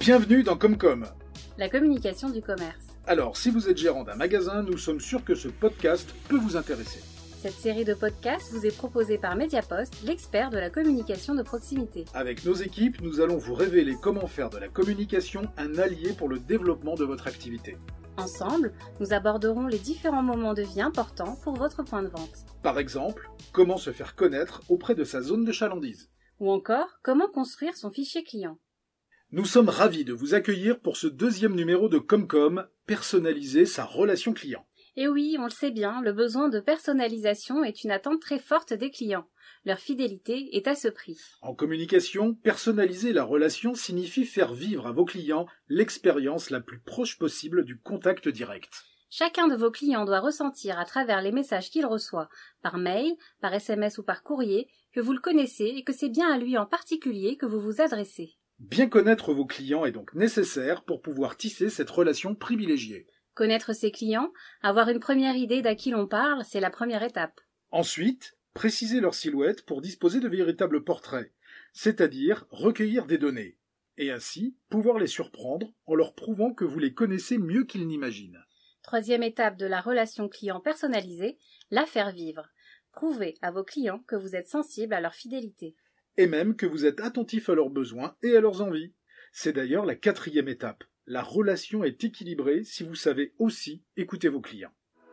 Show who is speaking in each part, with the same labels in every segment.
Speaker 1: Bienvenue dans Comcom.
Speaker 2: La communication du commerce.
Speaker 1: Alors, si vous êtes gérant d'un magasin, nous sommes sûrs que ce podcast peut vous intéresser.
Speaker 2: Cette série de podcasts vous est proposée par Mediapost, l'expert de la communication de proximité.
Speaker 1: Avec nos équipes, nous allons vous révéler comment faire de la communication un allié pour le développement de votre activité.
Speaker 2: Ensemble, nous aborderons les différents moments de vie importants pour votre point de vente.
Speaker 1: Par exemple, comment se faire connaître auprès de sa zone de chalandise.
Speaker 2: Ou encore, comment construire son fichier client.
Speaker 1: Nous sommes ravis de vous accueillir pour ce deuxième numéro de Comcom, personnaliser sa relation client.
Speaker 2: Et oui, on le sait bien, le besoin de personnalisation est une attente très forte des clients. Leur fidélité est à ce prix.
Speaker 1: En communication, personnaliser la relation signifie faire vivre à vos clients l'expérience la plus proche possible du contact direct.
Speaker 2: Chacun de vos clients doit ressentir à travers les messages qu'il reçoit, par mail, par SMS ou par courrier, que vous le connaissez et que c'est bien à lui en particulier que vous vous adressez.
Speaker 1: Bien connaître vos clients est donc nécessaire pour pouvoir tisser cette relation privilégiée.
Speaker 2: Connaître ses clients, avoir une première idée d'à qui l'on parle, c'est la première étape.
Speaker 1: Ensuite, préciser leur silhouette pour disposer de véritables portraits, c'est-à-dire recueillir des données, et ainsi pouvoir les surprendre en leur prouvant que vous les connaissez mieux qu'ils n'imaginent.
Speaker 2: Troisième étape de la relation client personnalisée, la faire vivre. Prouvez à vos clients que vous êtes sensible à leur fidélité.
Speaker 1: Et même que vous êtes attentif à leurs besoins et à leurs envies. C'est d'ailleurs la quatrième étape. La relation est équilibrée si vous savez aussi écouter vos clients.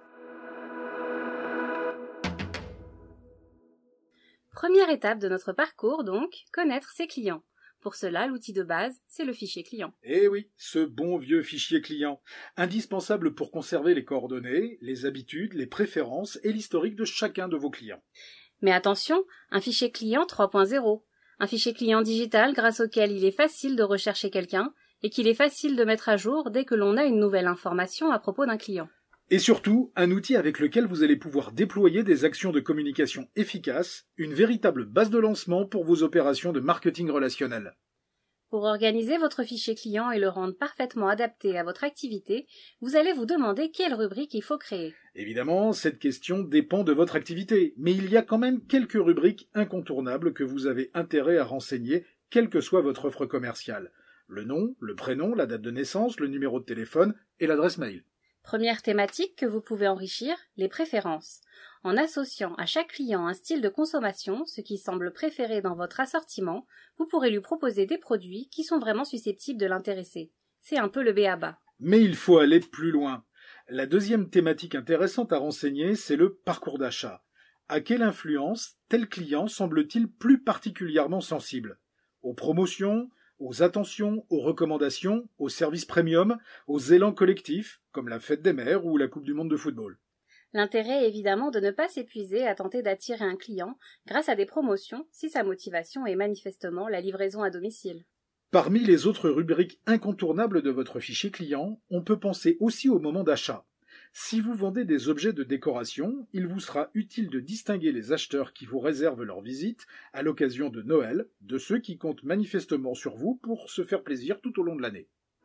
Speaker 2: Première étape de notre parcours donc, connaître ses clients. Pour cela, l'outil de base, c'est le fichier client.
Speaker 1: Eh oui, ce bon vieux fichier client, indispensable pour conserver les coordonnées, les habitudes, les préférences et l'historique de chacun de vos clients.
Speaker 2: Mais attention, un fichier client 3.0. Un fichier client digital grâce auquel il est facile de rechercher quelqu'un et qu'il est facile de mettre à jour dès que l'on a une nouvelle information à propos d'un client.
Speaker 1: Et surtout, un outil avec lequel vous allez pouvoir déployer des actions de communication efficaces, une véritable base de lancement pour vos opérations de marketing relationnel.
Speaker 2: Pour organiser votre fichier client et le rendre parfaitement adapté à votre activité, vous allez vous demander quelle rubrique il faut créer.
Speaker 1: Évidemment, cette question dépend de votre activité, mais il y a quand même quelques rubriques incontournables que vous avez intérêt à renseigner, quelle que soit votre offre commerciale. Le nom, le prénom, la date de naissance, le numéro de téléphone et l'adresse mail.
Speaker 2: Première thématique que vous pouvez enrichir, les préférences. En associant à chaque client un style de consommation, ce qui semble préféré dans votre assortiment, vous pourrez lui proposer des produits qui sont vraiment susceptibles de l'intéresser. C'est un peu le b.a.-ba.
Speaker 1: Mais il faut aller plus loin. La deuxième thématique intéressante à renseigner, c'est le parcours d'achat. À quelle influence tel client semble-t-il plus particulièrement sensible? Aux promotions, aux attentions, aux recommandations, aux services premium, aux élans collectifs, comme la fête des mères ou la Coupe du monde de football.
Speaker 2: L'intérêt est évidemment de ne pas s'épuiser à tenter d'attirer un client grâce à des promotions si sa motivation est manifestement la livraison à domicile.
Speaker 1: Parmi les autres rubriques incontournables de votre fichier client, on peut penser aussi au moment d'achat. Si vous vendez des objets de décoration, il vous sera utile de distinguer les acheteurs qui vous réservent leur visite à l'occasion de Noël de ceux qui comptent manifestement sur vous pour se faire plaisir tout au long de l'année.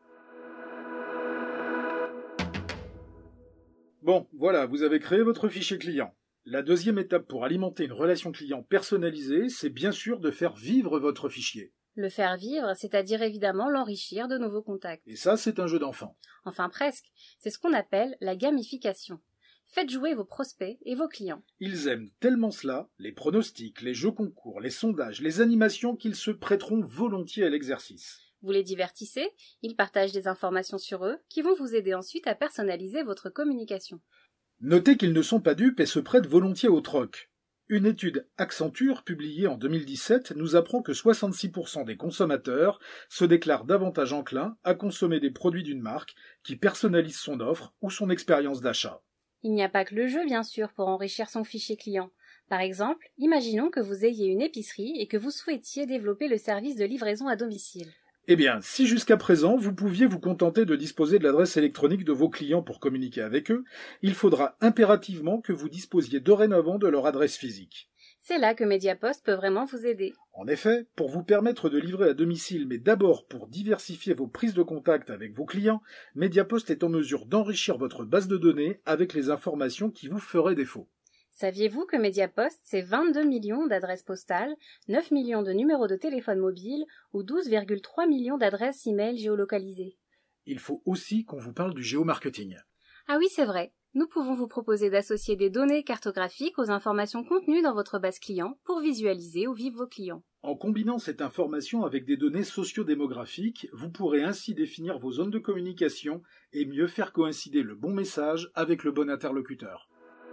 Speaker 1: Bon, voilà, vous avez créé votre fichier client. La deuxième étape pour alimenter une relation client personnalisée, c'est bien sûr de faire vivre votre fichier.
Speaker 2: Le faire vivre, c'est-à-dire évidemment l'enrichir de nouveaux contacts.
Speaker 1: Et ça, c'est un jeu d'enfant.
Speaker 2: Enfin presque, c'est ce qu'on appelle la gamification. Faites jouer vos prospects et vos clients.
Speaker 1: Ils aiment tellement cela, les pronostics, les jeux concours, les sondages, les animations, qu'ils se prêteront volontiers à l'exercice.
Speaker 2: Vous les divertissez, ils partagent des informations sur eux qui vont vous aider ensuite à personnaliser votre communication.
Speaker 1: Notez qu'ils ne sont pas dupes et se prêtent volontiers au troc. Une étude Accenture publiée en 2017 nous apprend que 66% des consommateurs se déclarent davantage enclins à consommer des produits d'une marque qui personnalise son offre ou son expérience d'achat.
Speaker 2: Il n'y a pas que le jeu, bien sûr, pour enrichir son fichier client. Par exemple, imaginons que vous ayez une épicerie et que vous souhaitiez développer le service de livraison à domicile.
Speaker 1: Eh bien, si jusqu'à présent vous pouviez vous contenter de disposer de l'adresse électronique de vos clients pour communiquer avec eux, il faudra impérativement que vous disposiez dorénavant de leur adresse physique.
Speaker 2: C'est là que Mediapost peut vraiment vous aider.
Speaker 1: En effet, pour vous permettre de livrer à domicile, mais d'abord pour diversifier vos prises de contact avec vos clients, Mediapost est en mesure d'enrichir votre base de données avec les informations qui vous feraient défaut.
Speaker 2: Saviez-vous que Mediapost, c'est 22 millions d'adresses postales, 9 millions de numéros de téléphone mobile ou 12,3 millions d'adresses e-mail géolocalisées?
Speaker 1: Il faut aussi qu'on vous parle du géomarketing.
Speaker 2: Ah oui, c'est vrai. Nous pouvons vous proposer d'associer des données cartographiques aux informations contenues dans votre base client pour visualiser où vivent vos clients.
Speaker 1: En combinant cette information avec des données sociodémographiques, vous pourrez ainsi définir vos zones de communication et mieux faire coïncider le bon message avec le bon interlocuteur.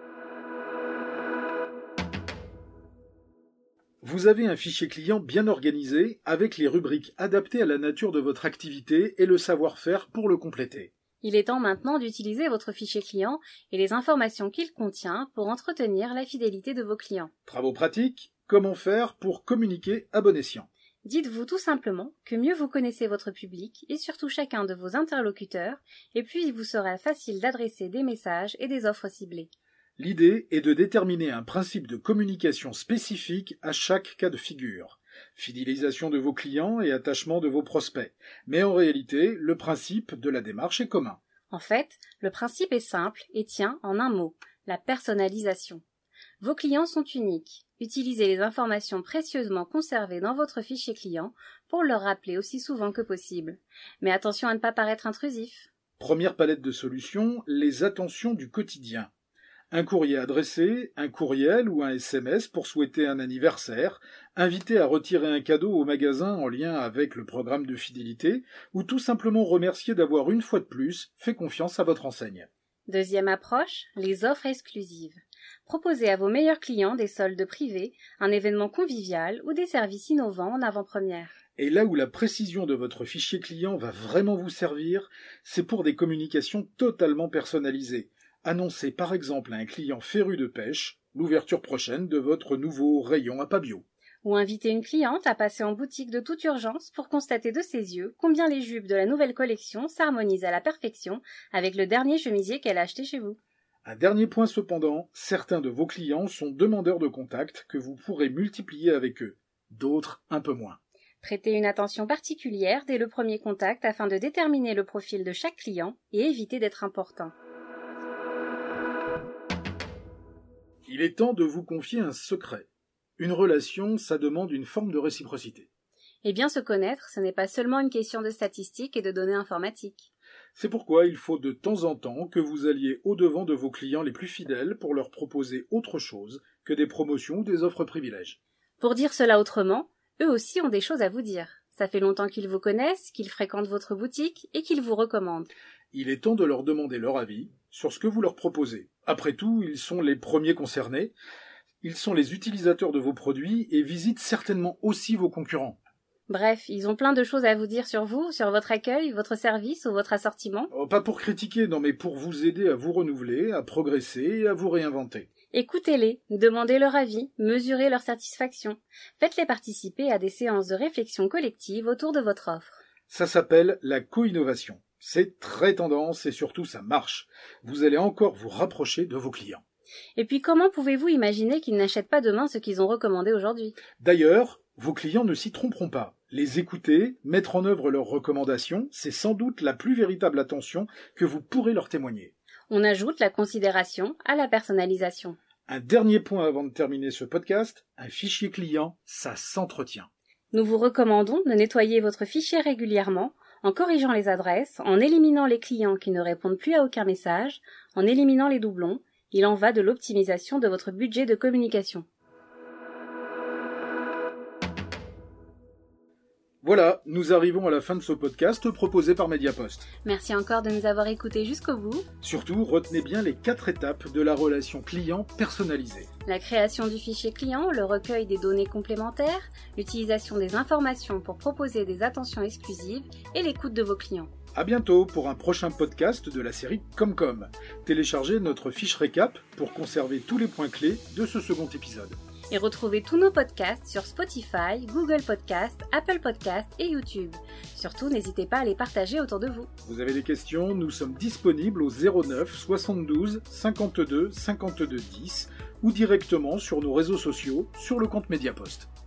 Speaker 1: Vous avez un fichier client bien organisé avec les rubriques adaptées à la nature de votre activité et le savoir-faire pour le compléter.
Speaker 2: Il est temps maintenant d'utiliser votre fichier client et les informations qu'il contient pour entretenir la fidélité de vos clients.
Speaker 1: Travaux pratiques, comment faire pour communiquer à bon escient?
Speaker 2: Dites-vous tout simplement que mieux vous connaissez votre public et surtout chacun de vos interlocuteurs, et puis il vous sera facile d'adresser des messages et des offres ciblées.
Speaker 1: L'idée est de déterminer un principe de communication spécifique à chaque cas de figure. Fidélisation de vos clients et attachement de vos prospects. Mais en réalité, le principe de la démarche est commun.
Speaker 2: En fait, le principe est simple et tient en un mot, la personnalisation. Vos clients sont uniques. Utilisez les informations précieusement conservées dans votre fichier client pour leur rappeler aussi souvent que possible. Mais attention à ne pas paraître intrusif.
Speaker 1: Première palette de solutions, les attentions du quotidien. Un courrier adressé, un courriel ou un SMS pour souhaiter un anniversaire, inviter à retirer un cadeau au magasin en lien avec le programme de fidélité, ou tout simplement remercier d'avoir une fois de plus fait confiance à votre enseigne.
Speaker 2: Deuxième approche, les offres exclusives. Proposez à vos meilleurs clients des soldes privés, un événement convivial ou des services innovants en avant-première.
Speaker 1: Et là où la précision de votre fichier client va vraiment vous servir, c'est pour des communications totalement personnalisées. Annoncez par exemple à un client féru de pêche l'ouverture prochaine de votre nouveau rayon à Pabio.
Speaker 2: Ou inviter une cliente à passer en boutique de toute urgence pour constater de ses yeux combien les jupes de la nouvelle collection s'harmonisent à la perfection avec le dernier chemisier qu'elle a acheté chez vous.
Speaker 1: Un dernier point cependant, certains de vos clients sont demandeurs de contact que vous pourrez multiplier avec eux, d'autres un peu moins.
Speaker 2: Prêtez une attention particulière dès le premier contact afin de déterminer le profil de chaque client et éviter d'être important.
Speaker 1: Il est temps de vous confier un secret. Une relation, ça demande une forme de réciprocité.
Speaker 2: Et bien se connaître, ce n'est pas seulement une question de statistiques et de données informatiques.
Speaker 1: C'est pourquoi il faut de temps en temps que vous alliez au-devant de vos clients les plus fidèles pour leur proposer autre chose que des promotions ou des offres privilèges.
Speaker 2: Pour dire cela autrement, eux aussi ont des choses à vous dire. Ça fait longtemps qu'ils vous connaissent, qu'ils fréquentent votre boutique et qu'ils vous recommandent.
Speaker 1: Il est temps de leur demander leur avis sur ce que vous leur proposez. Après tout, ils sont les premiers concernés, ils sont les utilisateurs de vos produits et visitent certainement aussi vos concurrents.
Speaker 2: Bref, ils ont plein de choses à vous dire sur vous, sur votre accueil, votre service ou votre assortiment.
Speaker 1: Pas pour critiquer, non, mais pour vous aider à vous renouveler, à progresser et à vous réinventer.
Speaker 2: Écoutez-les, demandez leur avis, mesurez leur satisfaction. Faites-les participer à des séances de réflexion collective autour de votre offre.
Speaker 1: Ça s'appelle la co-innovation. C'est très tendance et surtout ça marche. Vous allez encore vous rapprocher de vos clients.
Speaker 2: Et puis comment pouvez-vous imaginer qu'ils n'achètent pas demain ce qu'ils ont recommandé aujourd'hui?
Speaker 1: D'ailleurs, vos clients ne s'y tromperont pas. Les écouter, mettre en œuvre leurs recommandations, c'est sans doute la plus véritable attention que vous pourrez leur témoigner.
Speaker 2: On ajoute la considération à la personnalisation.
Speaker 1: Un dernier point avant de terminer ce podcast, un fichier client, ça s'entretient.
Speaker 2: Nous vous recommandons de nettoyer votre fichier régulièrement, en corrigeant les adresses, en éliminant les clients qui ne répondent plus à aucun message, en éliminant les doublons. Il en va de l'optimisation de votre budget de communication.
Speaker 1: Voilà, nous arrivons à la fin de ce podcast proposé par Mediapost.
Speaker 2: Merci encore de nous avoir écoutés jusqu'au bout.
Speaker 1: Surtout, retenez bien les 4 étapes de la relation client personnalisée.
Speaker 2: La création du fichier client, le recueil des données complémentaires, l'utilisation des informations pour proposer des attentions exclusives et l'écoute de vos clients.
Speaker 1: À bientôt pour un prochain podcast de la série Comcom. Téléchargez notre fiche récap pour conserver tous les points clés de ce second épisode.
Speaker 2: Et retrouvez tous nos podcasts sur Spotify, Google Podcasts, Apple Podcasts et YouTube. Surtout, n'hésitez pas à les partager autour de vous.
Speaker 1: Vous avez des questions, nous sommes disponibles au 09 72 52 52 10 ou directement sur nos réseaux sociaux sur le compte Mediapost.